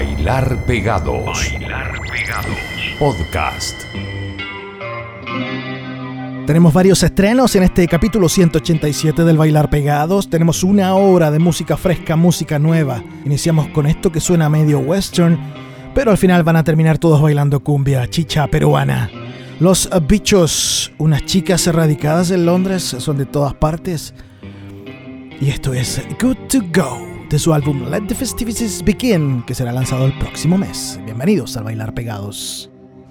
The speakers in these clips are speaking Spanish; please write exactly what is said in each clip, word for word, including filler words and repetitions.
Bailar Pegados. Bailar Pegados. Podcast. Tenemos varios estrenos en este capítulo ciento ochenta y siete del Bailar Pegados. Tenemos una hora de música fresca, música nueva. Iniciamos con esto que suena medio western, pero al final van a terminar todos bailando cumbia, chicha peruana. Los Bichos, unas chicas radicadas en Londres, son de todas partes. Y esto es Good to Go, de su álbum Let the Festivities Begin, que será lanzado el próximo mes. Bienvenidos al Bailar Pegados.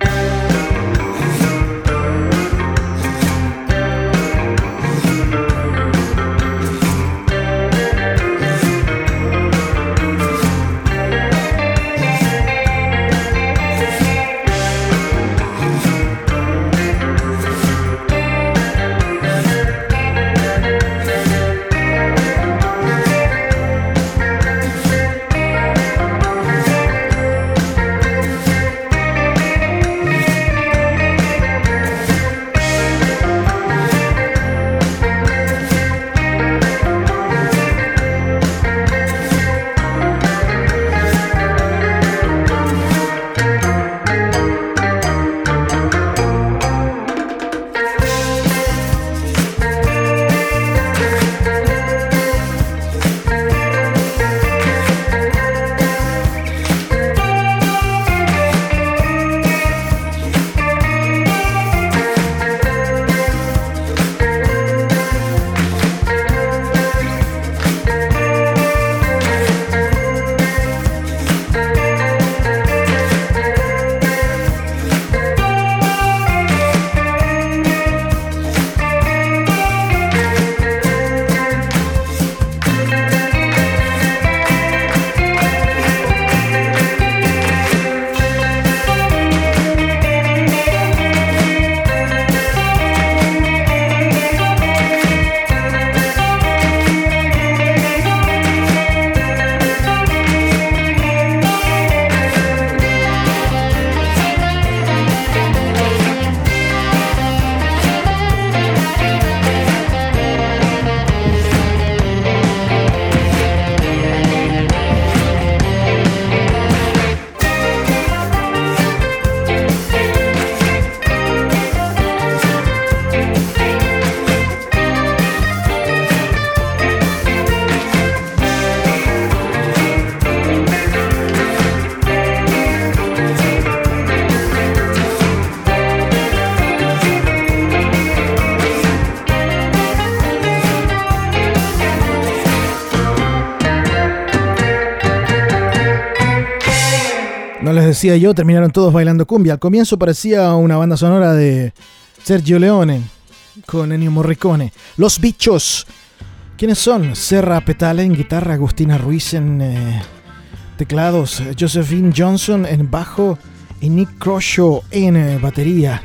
No les decía yo, terminaron todos bailando cumbia. Al comienzo parecía una banda sonora de Sergio Leone con Ennio Morricone. Los Bichos. ¿Quiénes son? Serra Petale en guitarra, Agustina Ruiz en eh, teclados, Josephine Johnson en bajo y Nick Croshaw en eh, batería.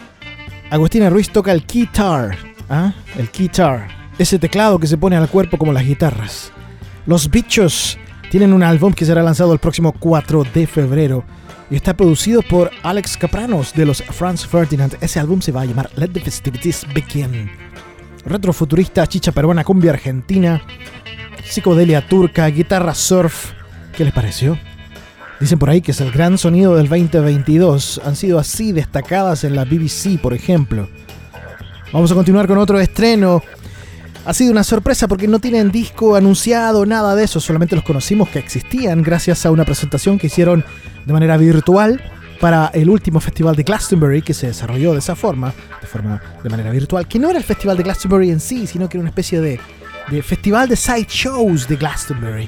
Agustina Ruiz toca el guitar, ¿ah? El guitar, ese teclado que se pone al cuerpo como las guitarras. Los Bichos tienen un álbum que será lanzado el próximo cuatro de febrero y está producido por Alex Kapranos de los Franz Ferdinand. Ese álbum se va a llamar Let the Festivities Begin. Retrofuturista, chicha peruana, cumbia argentina, psicodelia turca, guitarra surf. ¿Qué les pareció? Dicen por ahí que es el gran sonido del veinte veintidós. Han sido así destacadas en la B B C, por ejemplo. Vamos a continuar con otro estreno. Ha sido una sorpresa porque no tienen disco anunciado, nada de eso. Solamente los conocimos que existían gracias a una presentación que hicieron de manera virtual para el último festival de Glastonbury, que se desarrolló de esa forma, de forma de manera virtual, que no era el festival de Glastonbury en sí, sino que era una especie de, de festival de sideshows de Glastonbury.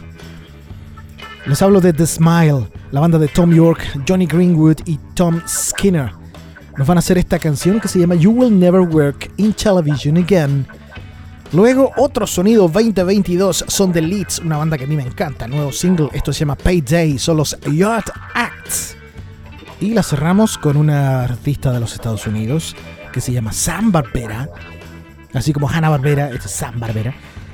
Les hablo de The Smile, la banda de Tom York, Johnny Greenwood y Tom Skinner. Nos van a hacer esta canción que se llama You Will Never Work in Television Again. Luego, otro sonido veinte veintidós son The Leeds, una banda que a mí me encanta, nuevo single, esto se llama Payday, son los Yard Acts. Y la cerramos con una artista de los Estados Unidos que se llama Sam Barbera, así como Hanna-Barbera, esto es Sam Barbera.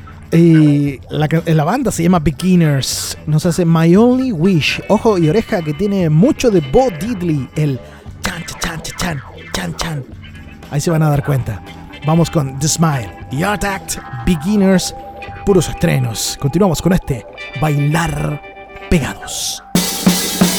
Y la, la banda se llama Beginners, nos hace My Only Wish, ojo y oreja que tiene mucho de Bo Diddley, el chan chan chan chan chan chan. Ahí se van a dar cuenta. Vamos con The Smile, Yard Act, Beginners, puros estrenos. Continuamos con este Bailar Pegados.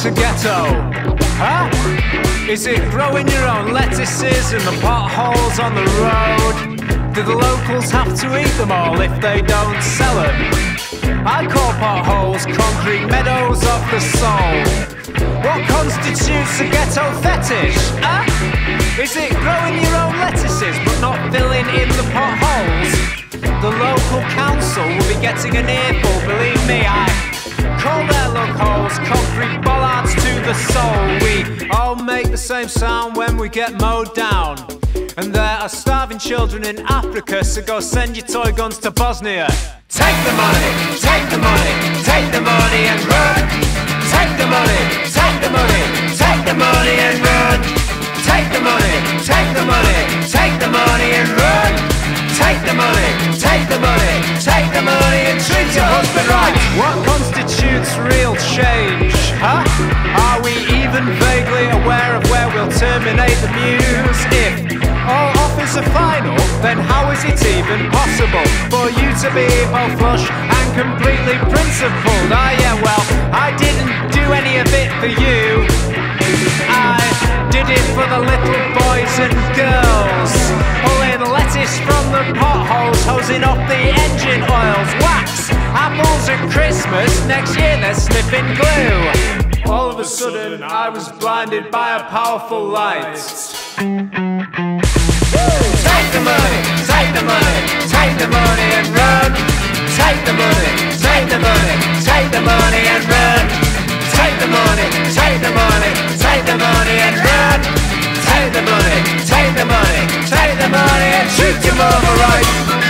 makes a ghetto? Huh? Is it growing your own lettuces and the potholes on the road? Do the locals have to eat them all if they don't sell them? I call potholes concrete meadows of the soul. What constitutes a ghetto fetish? Huh? Is it growing your own lettuces but not filling in the potholes? The local council will be getting an earful, believe me, I call their loopholes concrete bollards to the soul. We all make the same sound when we get mowed down. And there are starving children in Africa, so go send your toy guns to Bosnia. Take the money, take the money, take the money and run. Take the money, take the money, take the money and run. Take the money, take the money, take the money and run. Take the money, take the money, take the money and treat your husband right. What constitutes real change, huh? Are we even vaguely aware of where we'll terminate the muse? If all offers are final, then how is it even possible for you to be both flush and completely principled? Ah yeah, well, I didn't do any of it for you. I did it for the little boys and girls, pulling lettuce from the potholes, hosing off the engine oils, wax, apples at Christmas, next year they're sniffing glue. All of a sudden I was blinded by a powerful light. Take the money, take the money, take the money and run. Take the money, take the money, take the money and run. Take the money, take the money, take the money and run. Take the money, take the money, take the money and treat your mama right.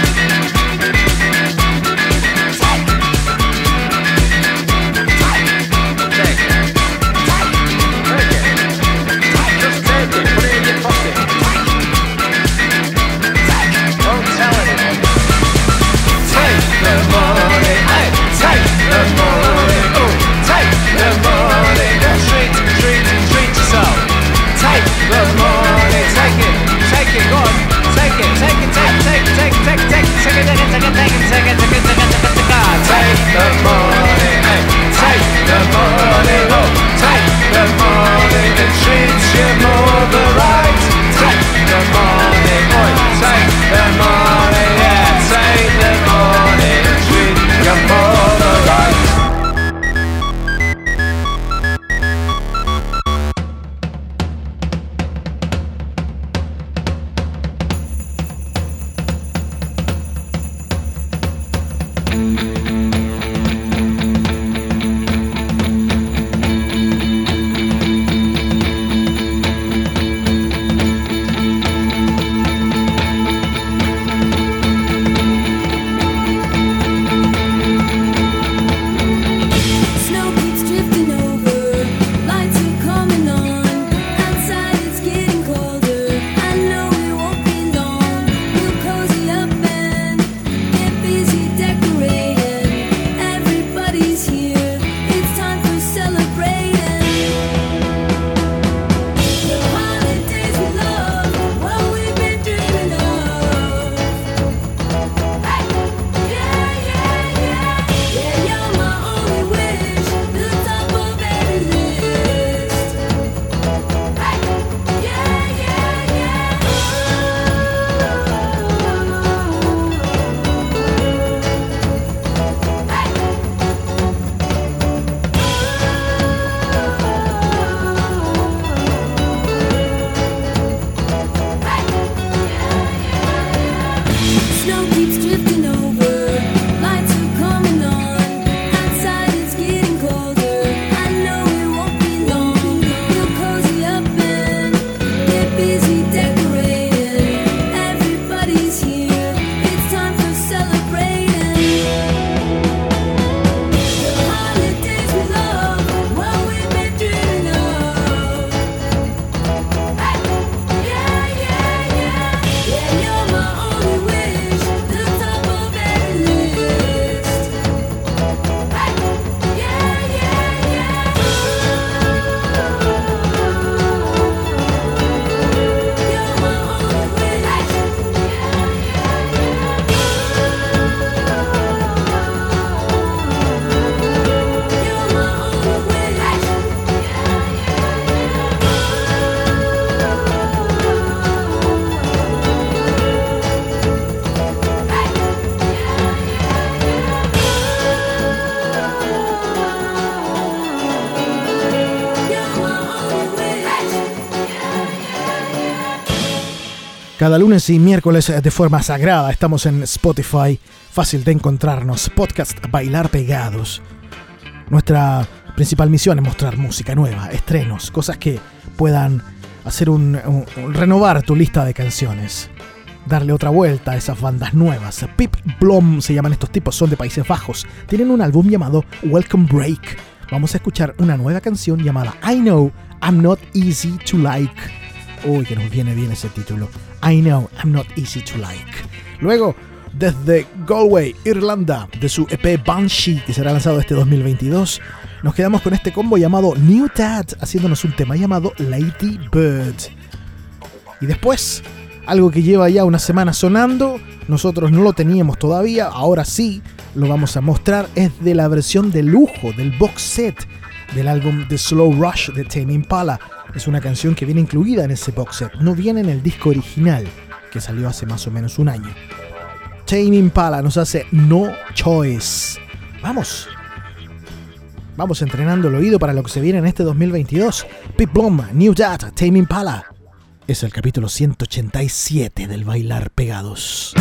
Cada lunes y miércoles de forma sagrada estamos en Spotify, fácil de encontrarnos, podcast Bailar Pegados. Nuestra principal misión es mostrar música nueva, estrenos, cosas que puedan hacer un, un, un renovar tu lista de canciones, darle otra vuelta a esas bandas nuevas. Pip Blom se llaman estos tipos, son de Países Bajos, tienen un álbum llamado Welcome Break. Vamos a escuchar una nueva canción llamada I Know I'm Not Easy to Like. Uy, que nos viene bien ese título. I Know I'm Not Easy to Like. Luego, desde Galway, Irlanda, de su E P Banshee, que será lanzado este dos mil veintidós, nos quedamos con este combo llamado New Dad, haciéndonos un tema llamado Lady Bird. Y después, algo que lleva ya una semana sonando, nosotros no lo teníamos todavía, ahora sí lo vamos a mostrar, es de la versión de lujo del box set del álbum The Slow Rush de Tame Impala. Es una canción que viene incluida en ese box set, no viene en el disco original, que salió hace más o menos un año. Tame Impala nos hace No Choice. Vamos. Vamos entrenando el oído para lo que se viene en este dos mil veintidós. Pip Blom, New Dad, Tame Impala. Es el capítulo ciento ochenta y siete del Bailar Pegados.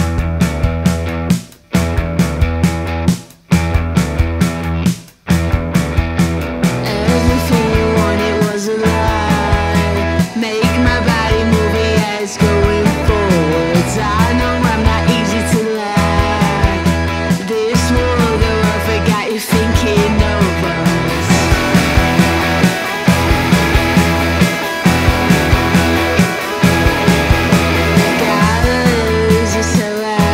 Gotta lose yourself.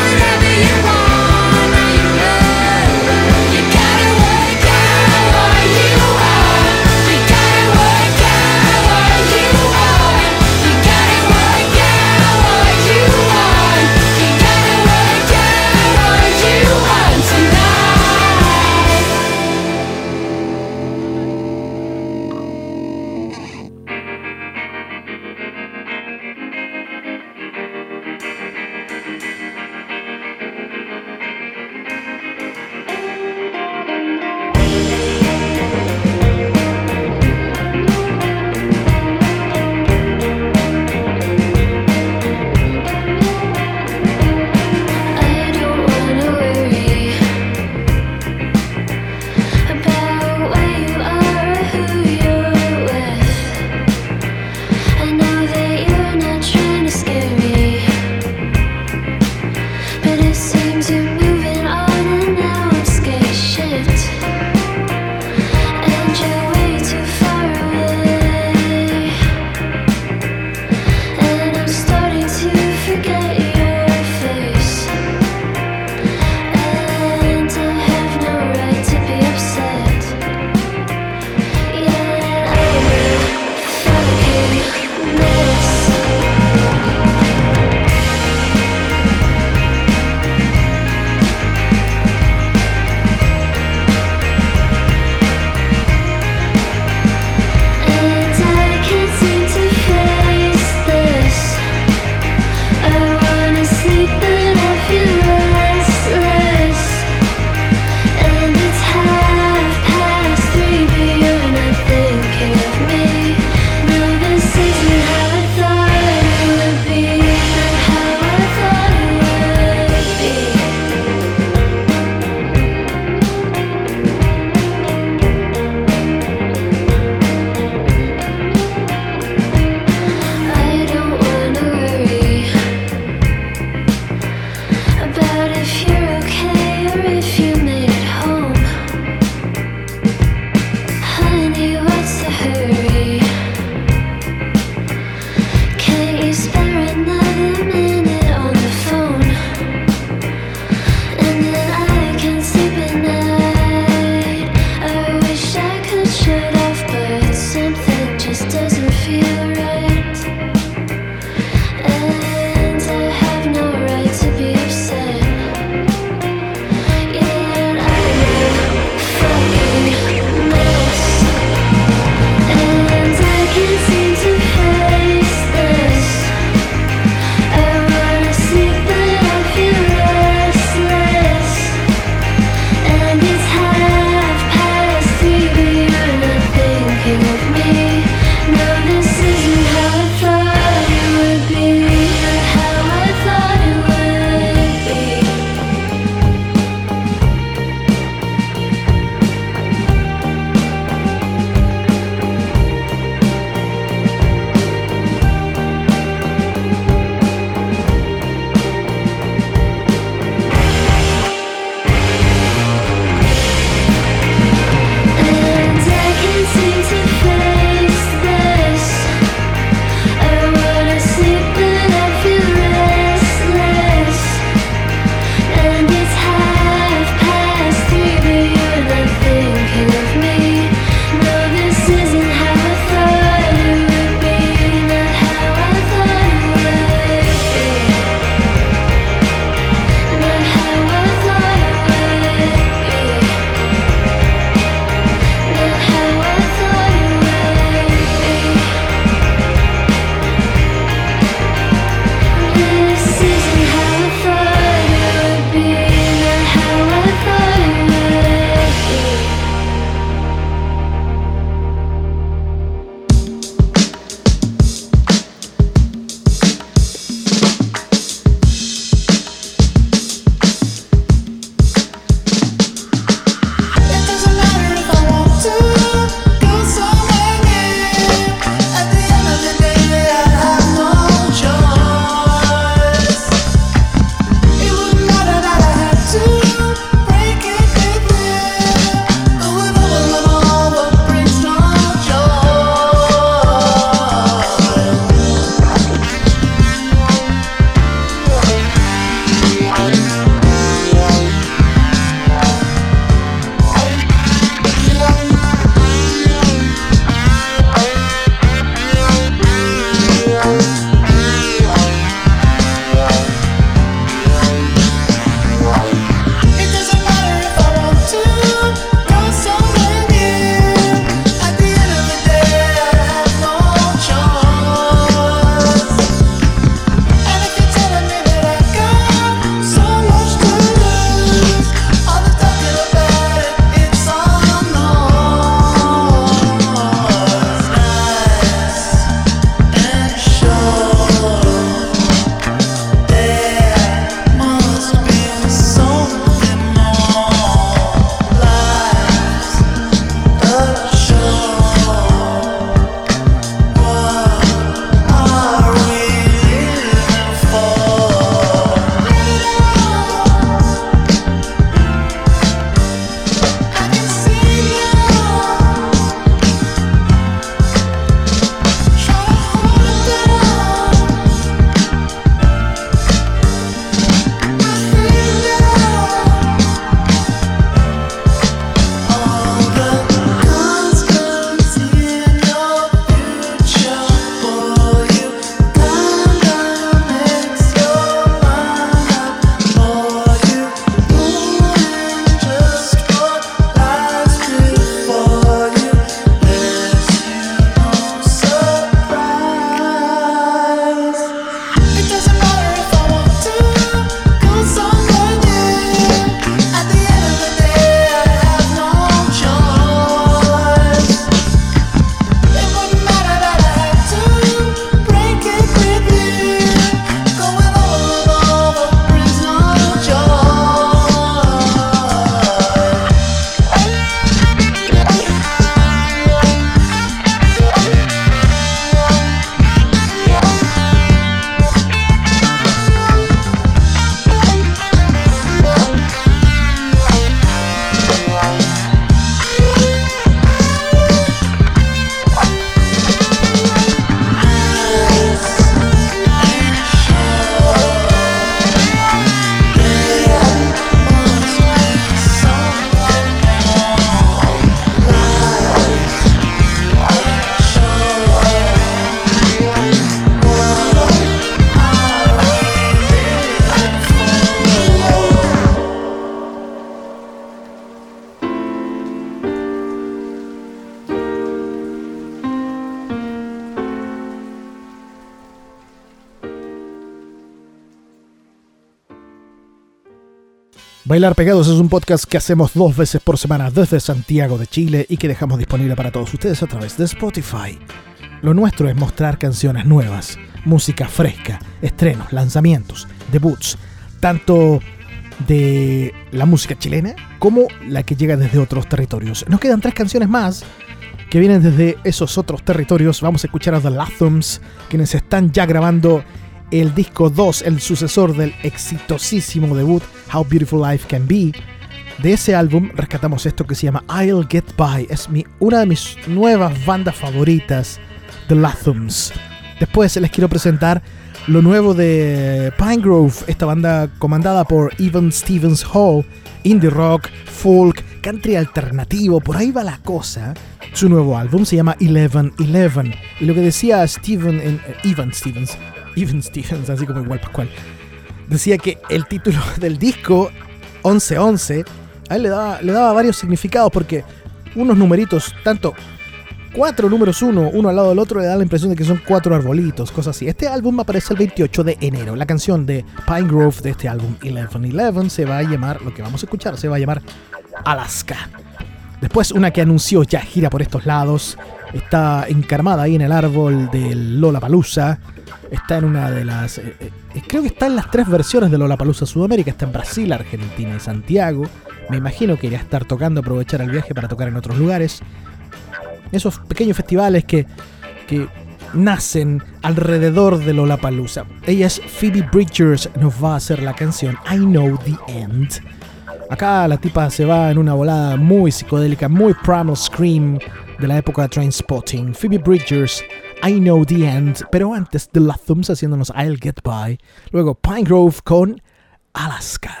Bailar Pegados es un podcast que hacemos dos veces por semana desde Santiago de Chile y que dejamos disponible para todos ustedes a través de Spotify. Lo nuestro es mostrar canciones nuevas, música fresca, estrenos, lanzamientos, debuts, tanto de la música chilena como la que llega desde otros territorios. Nos quedan tres canciones más que vienen desde esos otros territorios. Vamos a escuchar a The Lathrums, quienes están ya grabando el disco dos, el sucesor del exitosísimo debut How Beautiful Life Can Be. De ese álbum rescatamos esto que se llama I'll Get By. Es mi, una de mis nuevas bandas favoritas, The Lathrums. Después les quiero presentar lo nuevo de Pinegrove, esta banda comandada por Evan Stevens Hall, indie rock, folk, country alternativo, por ahí va la cosa. Su nuevo álbum se llama eleven eleven, y lo que decía Steven en, eh, Evan Stevens, Evan Stevens, así como igual Pascual, decía que el título del disco once once a él le daba, le daba varios significados, porque unos numeritos, tanto cuatro números uno, uno al lado del otro, le da la impresión de que son cuatro arbolitos, cosas así. Este álbum aparece el veintiocho de enero. La canción de Pinegrove de este álbum eleven eleven se va a llamar, lo que vamos a escuchar, se va a llamar Alaska. Después una que anunció ya gira por estos lados, está encarmada ahí en el árbol del Lollapalooza, está en una de las, eh, eh, creo que está en las tres versiones de Lollapalooza Sudamérica, está en Brasil, Argentina y Santiago. Me imagino que irá a estar tocando, aprovechar el viaje para tocar en otros lugares. Esos pequeños festivales que, que nacen alrededor de Lollapalooza. Ella es Phoebe Bridgers, nos va a hacer la canción I Know the End. Acá la tipa se va en una volada muy psicodélica, muy Primal Scream de la época de Trainspotting. Phoebe Bridgers, I Know the End. Pero antes The Lathrums haciéndonos I'll Get By. Luego Pinegrove con Alaska.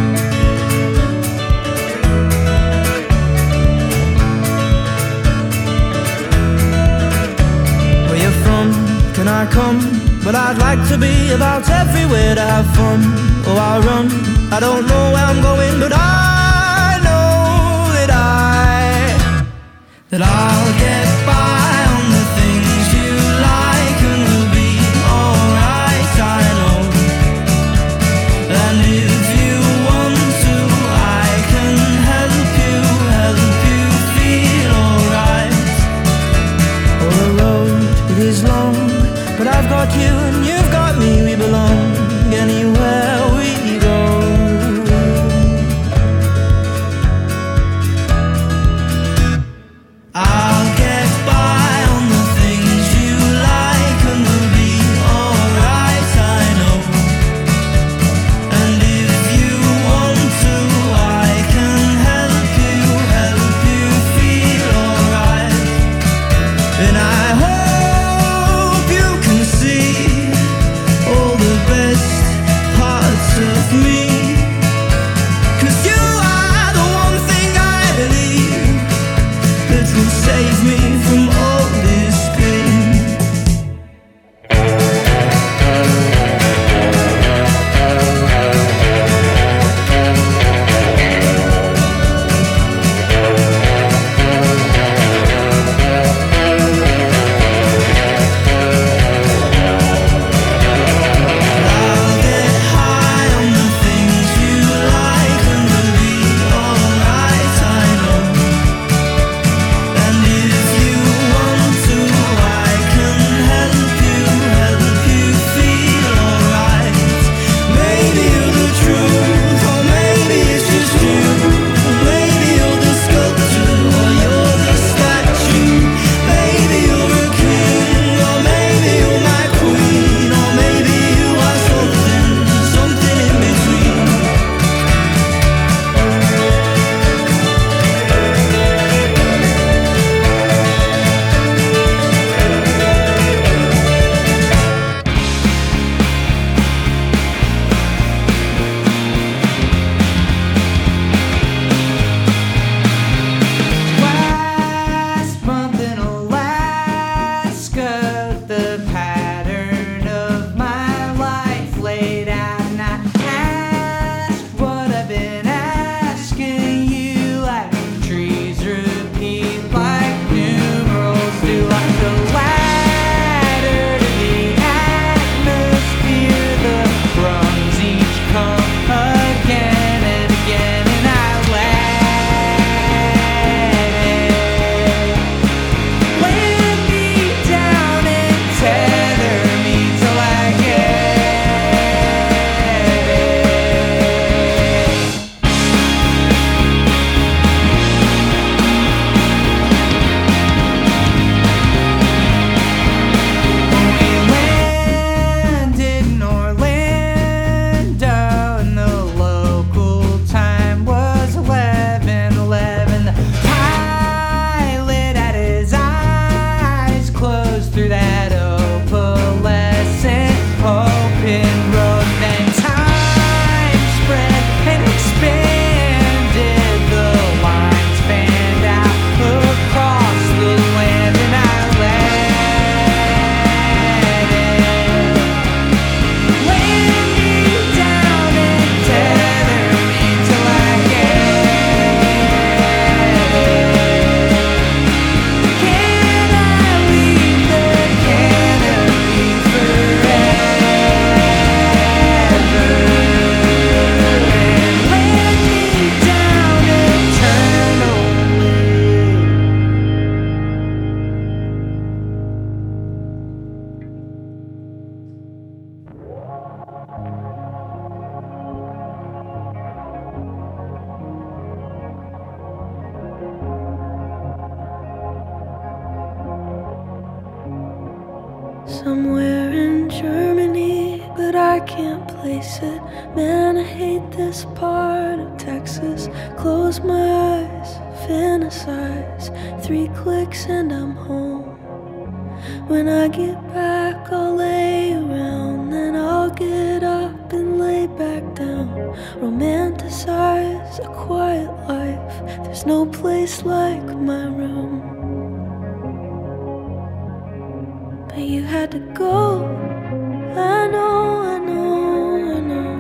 Can I come? But I'd like to be about everywhere to have fun. Oh, I'll run. I don't know where I'm going, but I know that I that I'll get by on the things you like, and we'll be alright. I know. And if you want to, I can help you, help you feel alright. Oh, the road, it is long, but I've got you and you've got me, we belong anywhere we go. I'll get by on the things you like, and we'll be alright, I know. And if you want to, I can help you, help you feel alright. And I hope you can see somewhere in Germany, but I can't place it. Man, I hate this part of Texas. Close my eyes, fantasize. Three clicks and I'm home. When I get back, I'll lay around, then I'll get up and lay back down. Romanticize a quiet life. There's no place like my room. But you had to go. I know, I know, I know.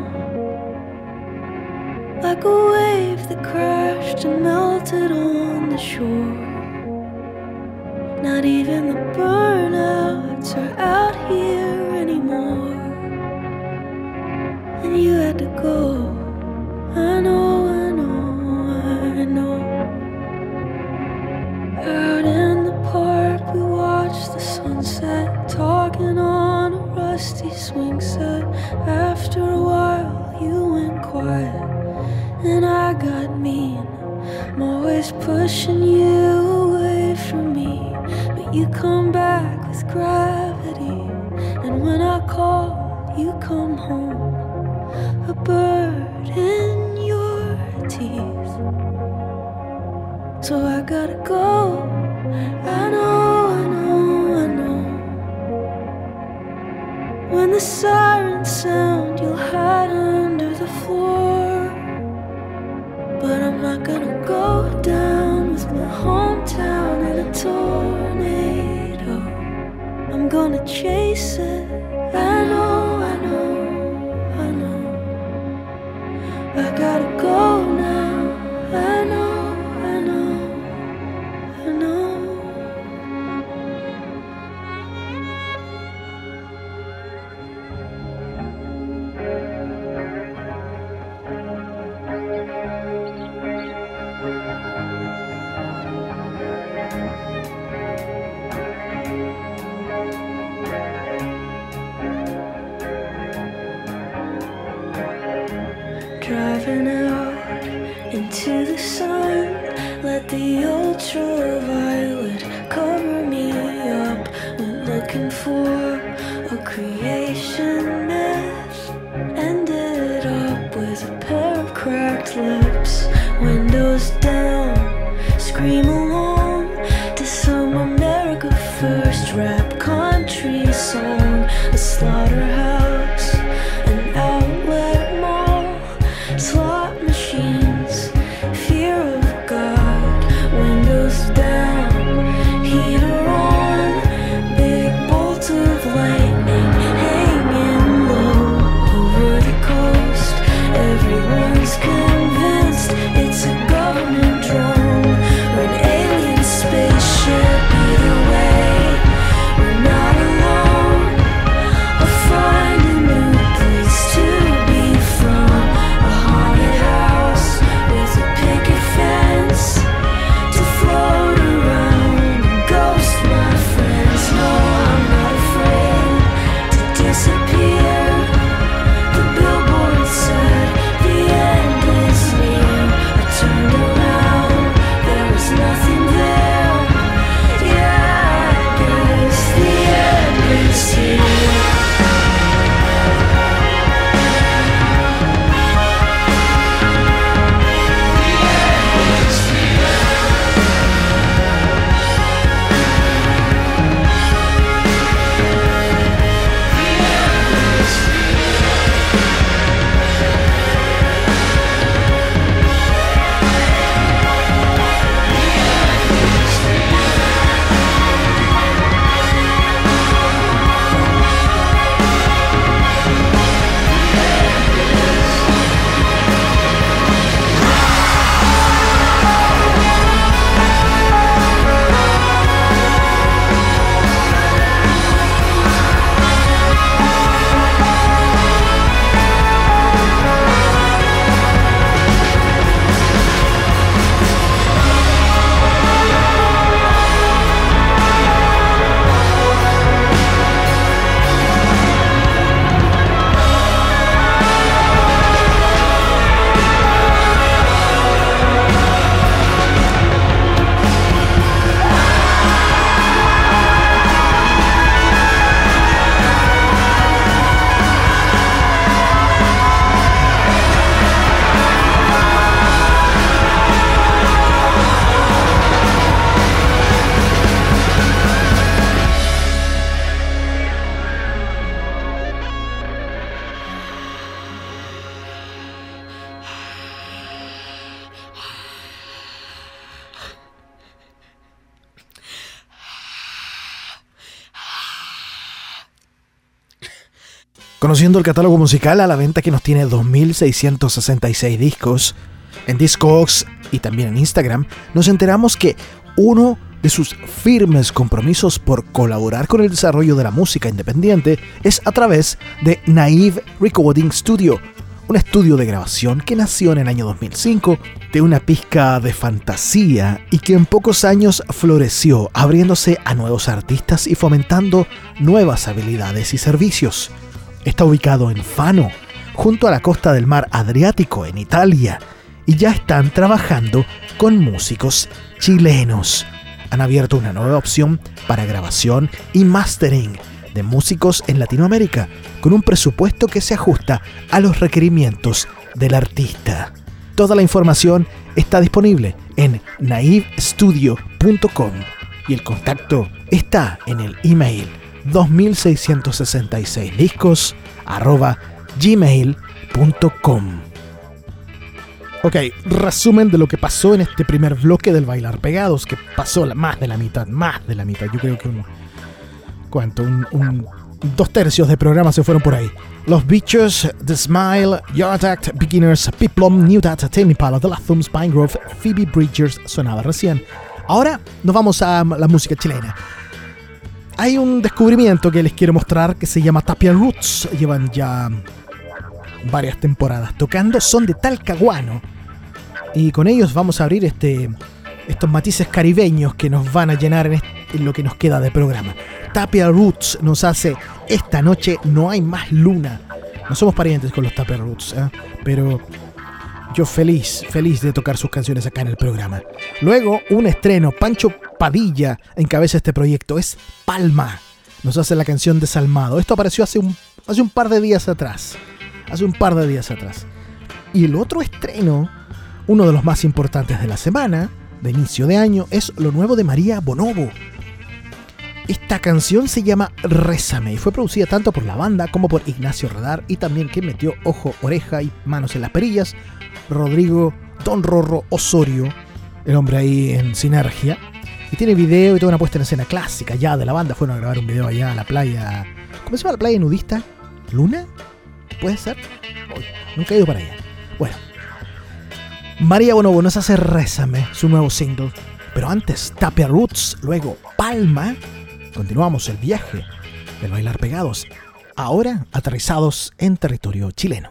Like a wave that crashed and melted on the shore. Not even the burnouts are out here anymore. And you had to go. I know, I know, I know. Out in the park we watched the sunset, talking on a rusty swing set. After a while you went quiet and I got mean. I'm always pushing you away from me, but you come back with gravity. And when I call, you come home, a bird in your teeth. So I gotta go. I know, I know, I know. When the sirens sound, you'll hide under the floor. But I'm not gonna go down with my hometown in a tornado. I'm gonna chase it. I know, I know, I know. I gotta go now. I know, I know, I know. Driving out into the sun, let the ultraviolet cover me up. Went looking for a creation myth, ended up with a pair of cracked lips. Windows down, scream along to some America First rap country song. A slaughterhouse, an outlet mall, slot machines, fear of God. Windows down, heater on, big bolt of lightning hanging low over the coast. Everyone's convinced it's a government drone or an Conociendo el catálogo musical a la venta, que nos tiene dos mil seiscientos sesenta y seis discos en Discogs y también en Instagram, nos enteramos que uno de sus firmes compromisos por colaborar con el desarrollo de la música independiente es a través de Naive Recording Studio, un estudio de grabación que nació en el año dos mil cinco de una pizca de fantasía y que en pocos años floreció, abriéndose a nuevos artistas y fomentando nuevas habilidades y servicios. Está ubicado en Fano, junto a la costa del mar Adriático, en Italia, y ya están trabajando con músicos chilenos. Han abierto una nueva opción para grabación y mastering de músicos en Latinoamérica, con un presupuesto que se ajusta a los requerimientos del artista. Toda la información está disponible en naive studio punto com y el contacto está en el email dos mil seiscientos sesenta y seis discos arroba gmail punto com. Ok, resumen de lo que pasó en este primer bloque del Bailar Pegados, que pasó la, más de la mitad, más de la mitad. Yo creo que un... ¿Cuánto? Un, un, dos tercios de programa se fueron por ahí. Los Bichos, The Smile, Yard Act, Beginners, Piplom, New Data, Tame Impala, The Lathums, Pinegrove, Phoebe Bridgers, sonaba recién. Ahora nos vamos a la música chilena. Hay un descubrimiento que les quiero mostrar que se llama Tapia Roots. Llevan ya varias temporadas tocando, son de Talcahuano. Y con ellos vamos a abrir este, estos matices caribeños que nos van a llenar en, este, en lo que nos queda de programa. Tapia Roots nos hace Esta noche no hay más luna. No somos parientes con los Tapia Roots, ¿eh? Pero yo feliz, feliz de tocar sus canciones acá en el programa. Luego, un estreno. Pancho Padilla encabeza este proyecto. Es Palma. Nos hace la canción Desalmado. Esto apareció hace un, hace un par de días atrás. Hace un par de días atrás. Y el otro estreno, uno de los más importantes de la semana, de inicio de año, es lo nuevo de María Bonobo. Esta canción se llama Rézame y fue producida tanto por la banda como por Ignacio Radar, y también quien metió ojo, oreja y manos en las perillas, Rodrigo Don Rorro Osorio, el hombre ahí en Sinergia. Y tiene video y toda una puesta en escena clásica ya de la banda. Fueron a grabar un video allá a la playa. ¿Cómo se llama la playa nudista? ¿Luna? ¿Puede ser? Uy, nunca he ido para allá. Bueno, María Bonobo nos hace Rézame, su nuevo single. Pero antes, Tapia Roots, luego Palma. Continuamos el viaje del Bailar Pegados, ahora aterrizados en territorio chileno.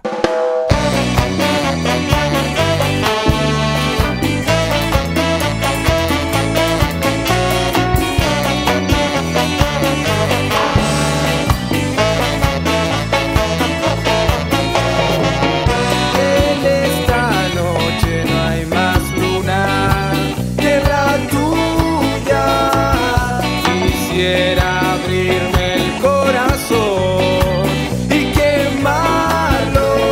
Abrirme el corazón y quemarlo.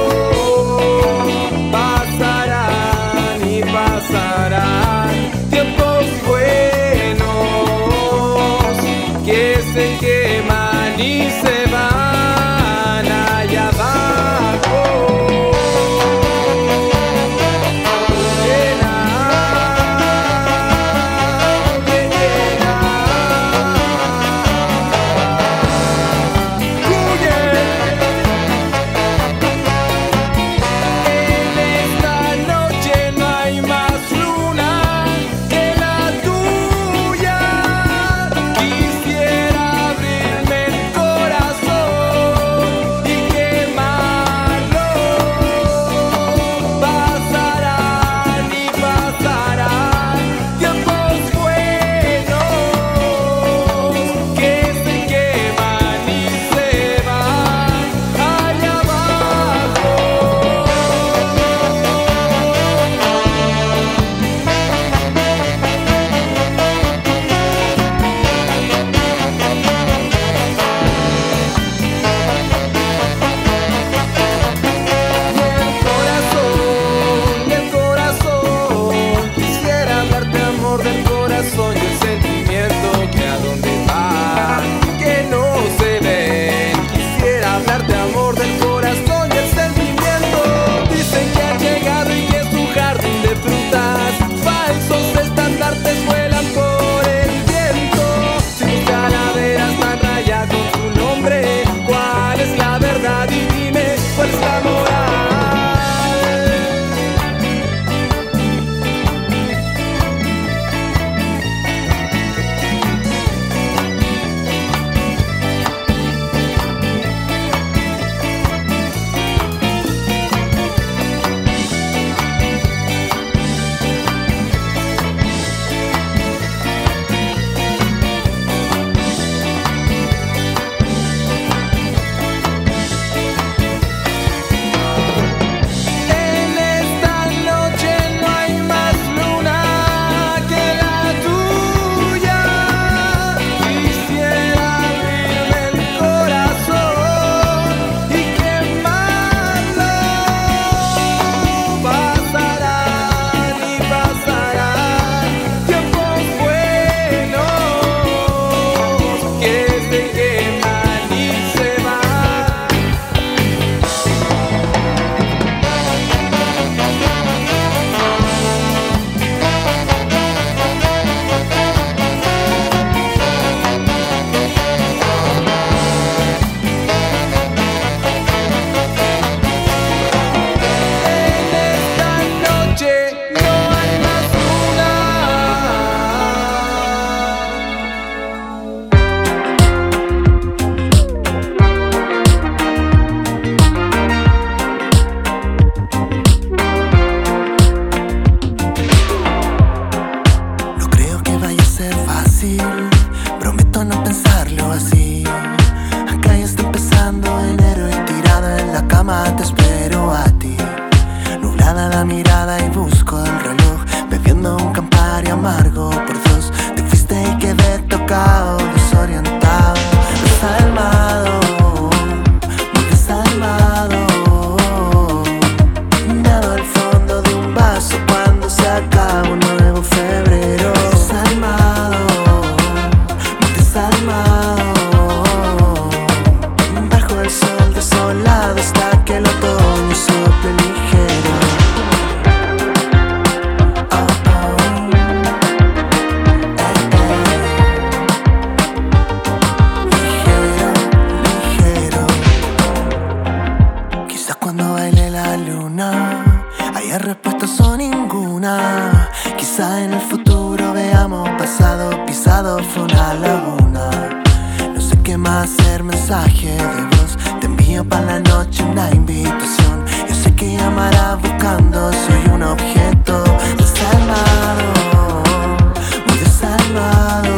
el futuro veamos pasado pisado fue una laguna. No sé qué más hacer, mensaje de voz. Te envío para la noche una invitación. Yo sé que llamarás buscando, soy un objeto desalmado, muy desalmado.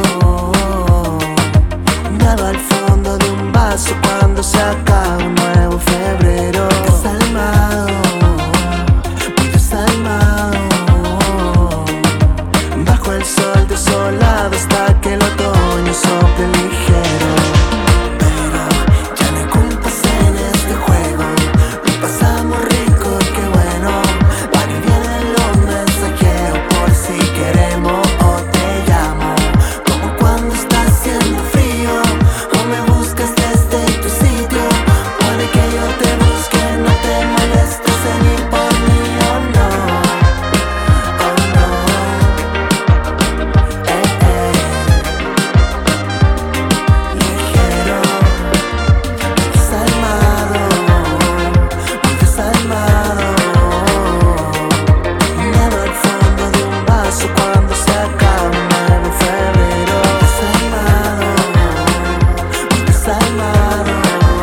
Nado al fondo de un vaso cuando se acaba un nuevo febrero. Desalmado, muy desalmado. Bajo el sol desolado hasta que el otoño sople ligero. Pero ya no hay culpas en este juego. Lo pasamos rico, qué bueno. Van y vienen los mensajeros por si queremos o te llamo. Como cuando está haciendo frío o me buscas desde tu sitio. Puede que yo te busque, no te molestes en ir por mí, oh no, oh no. Eh, eh. Ligero, desalmado, muy desalmado. Nado al fondo de un vaso cuando se acaba un nuevo febrero. Desalmado, muy desalmado.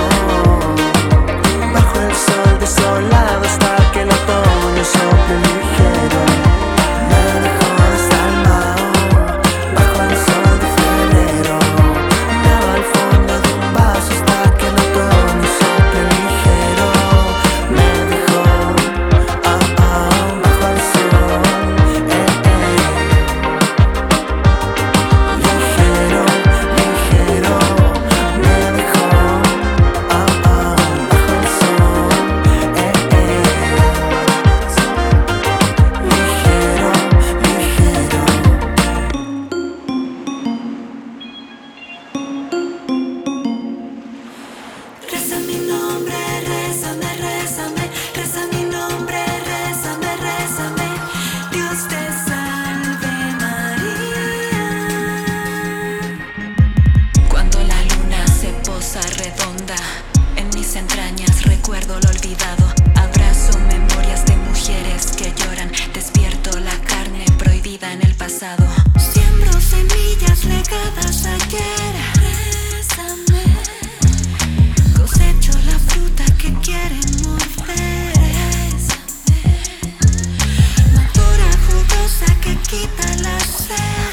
Bajo el sol desolado hasta que el otoño sople ligero. Me dejó desalmado bajo el sol de febrero. Nado al fondo de un vaso hasta que el otoño sople ligero. Me dejó ah, ah, bajo el sol, eh, eh. Ligero, ligero. Me dejó ah, ah, bajo el sol, eh, eh. Ligero, ligero. Reza mi nombre, rézame, rézame, reza mi nombre, rézame, rézame. Dios te salve María. Cuando la luna se posa redonda en mis entrañas, recuerdo lo olvidado. Abrazo memorias de mujeres que lloran. Despierto la carne prohibida en el pasado. Siembro semillas legadas ayer. Rézame. Cosecho la fruta que quieren morder. Madura jugosa que quita la sed.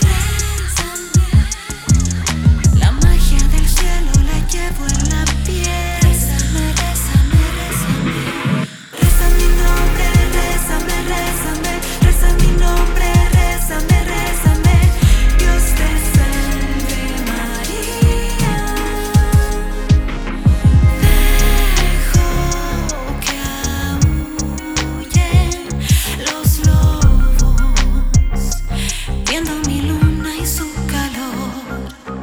La magia del cielo la llevo en la piel. Rézame, rézame, rézame. Reza mi nombre, rézame, rézame. Reza mi nombre, rézame, rézame. Dios te salve María. Dejo que aúllen los lobos, viendo mi luna y su calor.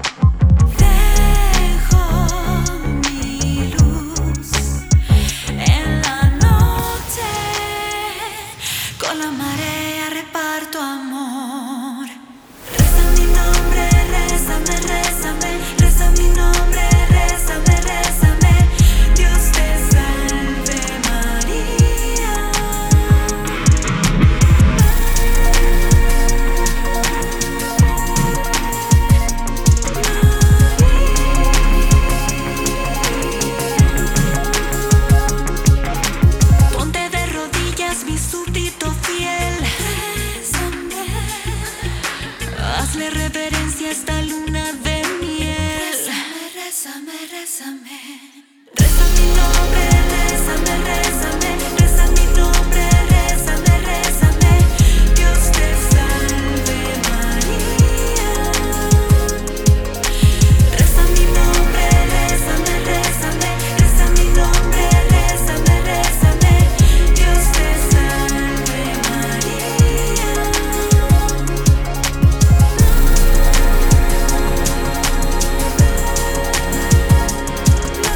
Dejo mi luz en la noche, con la marea reparto amor. Reza mi nombre, rézame, rézame. Reza mi nombre, rézame, rézame. Dios te salve María. Ponte de rodillas, mi súbdito fiel. Rézame. Hazle reverencia a esta luna de miel. Rézame, rézame, rézame. Reza mi nombre, rézame, rézame. Reza mi nombre, rézame, rézame. Dios te salve María. Reza mi nombre, rézame, rézame. Reza mi nombre, rézame, rézame. Dios te salve María. La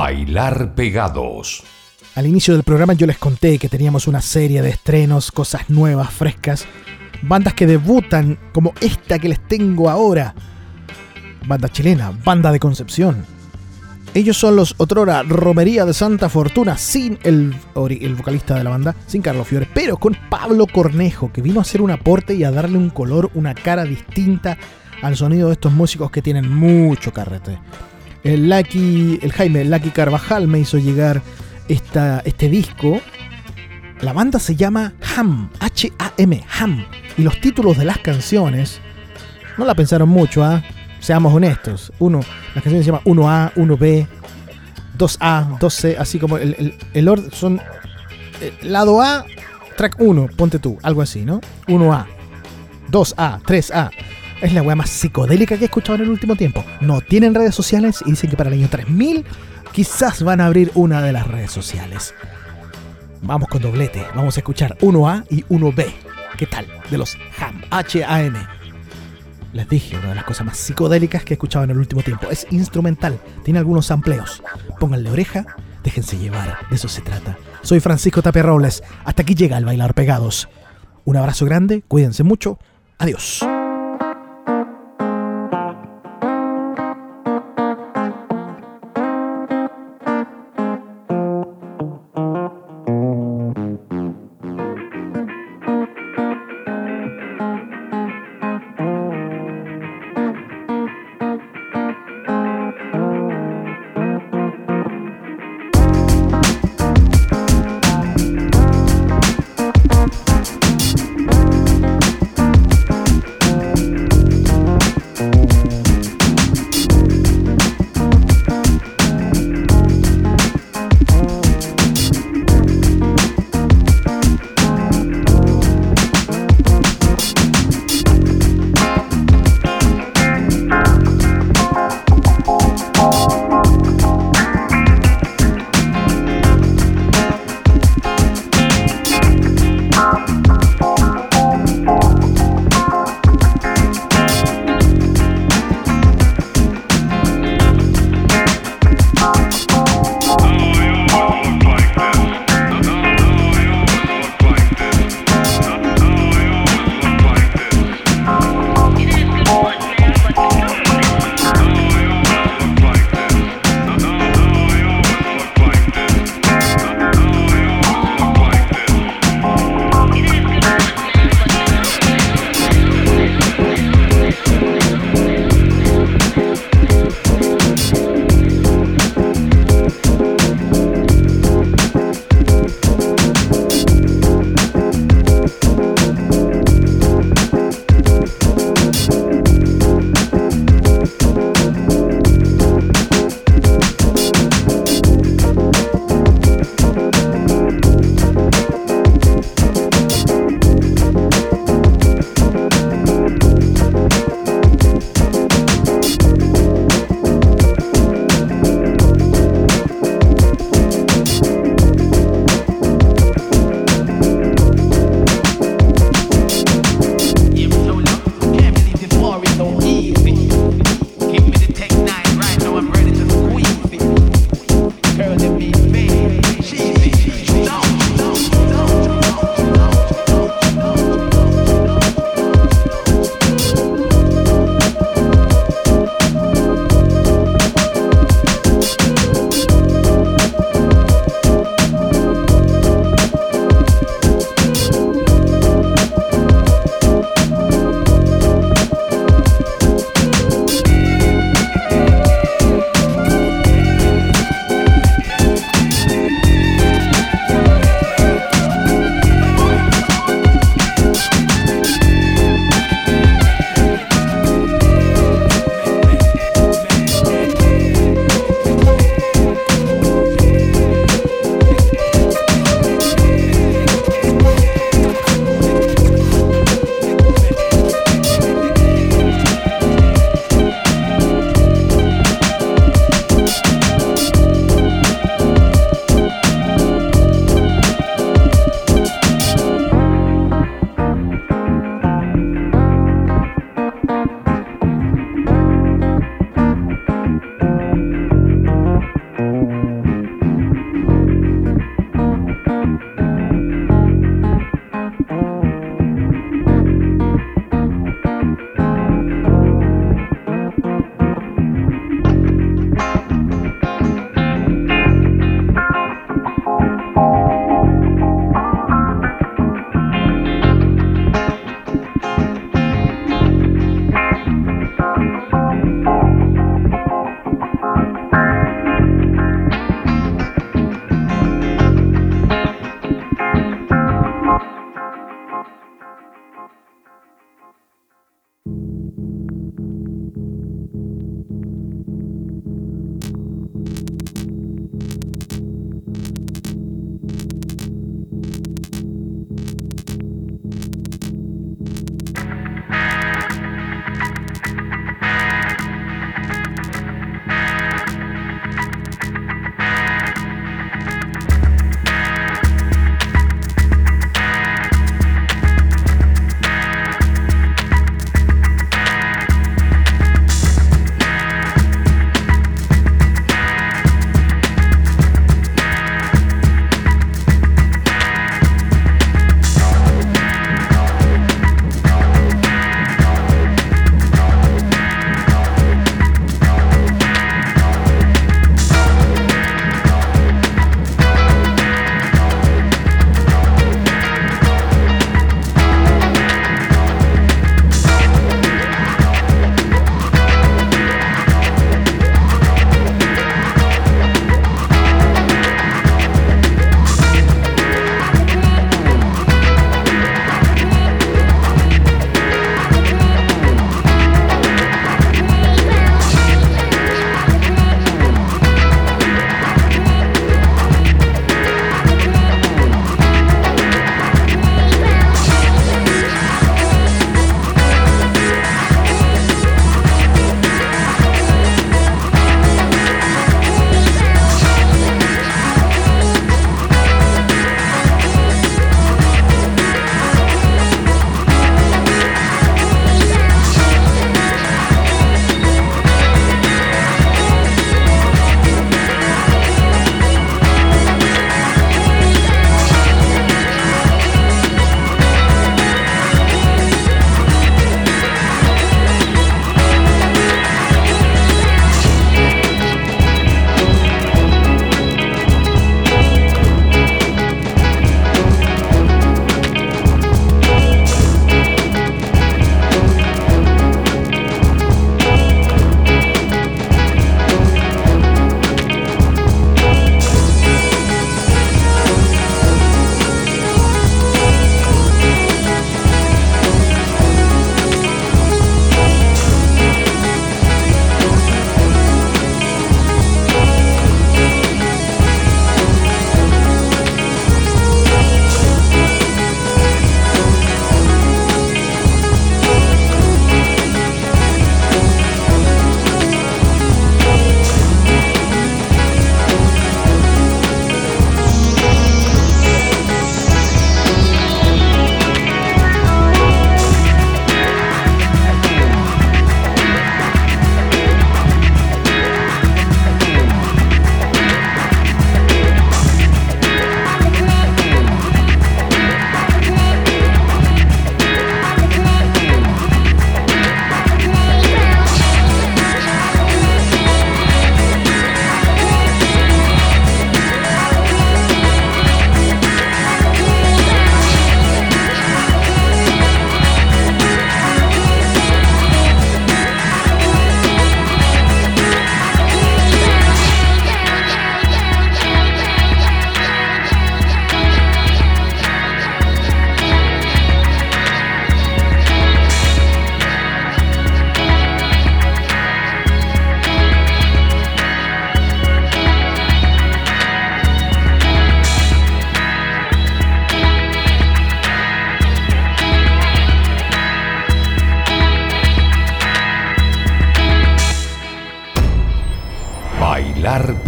Bailar Pegados. Al inicio del programa yo les conté que teníamos una serie de estrenos, cosas nuevas, frescas, bandas que debutan como esta que les tengo ahora. Banda chilena, Banda de Concepción. Ellos son los otrora Romería de Santa Fortuna, sin el, el vocalista de la banda, sin Carlos Fiore, pero con Pablo Cornejo, que vino a hacer un aporte y a darle un color, una cara distinta al sonido de estos músicos que tienen mucho carrete. El, Lucky, el Jaime Lucky Carvajal me hizo llegar esta, este disco. La banda se llama Ham, H A M, Ham. Y los títulos de las canciones no la pensaron mucho, ¿ah? ¿eh? Seamos honestos. Uno, las canciones se llaman uno A, uno B, dos A, dos C, así como el, el, el orden son el lado A, track uno, ponte tú, algo así, ¿no? uno A, dos A, tres A. Es la weá más psicodélica que he escuchado en el último tiempo. No tienen redes sociales y dicen que para el año tres mil quizás van a abrir una de las redes sociales. Vamos con doblete. Vamos a escuchar uno A y uno B. ¿Qué tal? De los Ham, H A M. Les dije, una de las cosas más psicodélicas que he escuchado en el último tiempo. Es instrumental, tiene algunos sampleos. Pónganle oreja, déjense llevar, de eso se trata. Soy Francisco Tapia Robles. Hasta aquí llega el Bailar Pegados. Un abrazo grande, cuídense mucho. Adiós.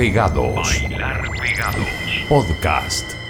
Pegados. Bailar Pegados. Podcast.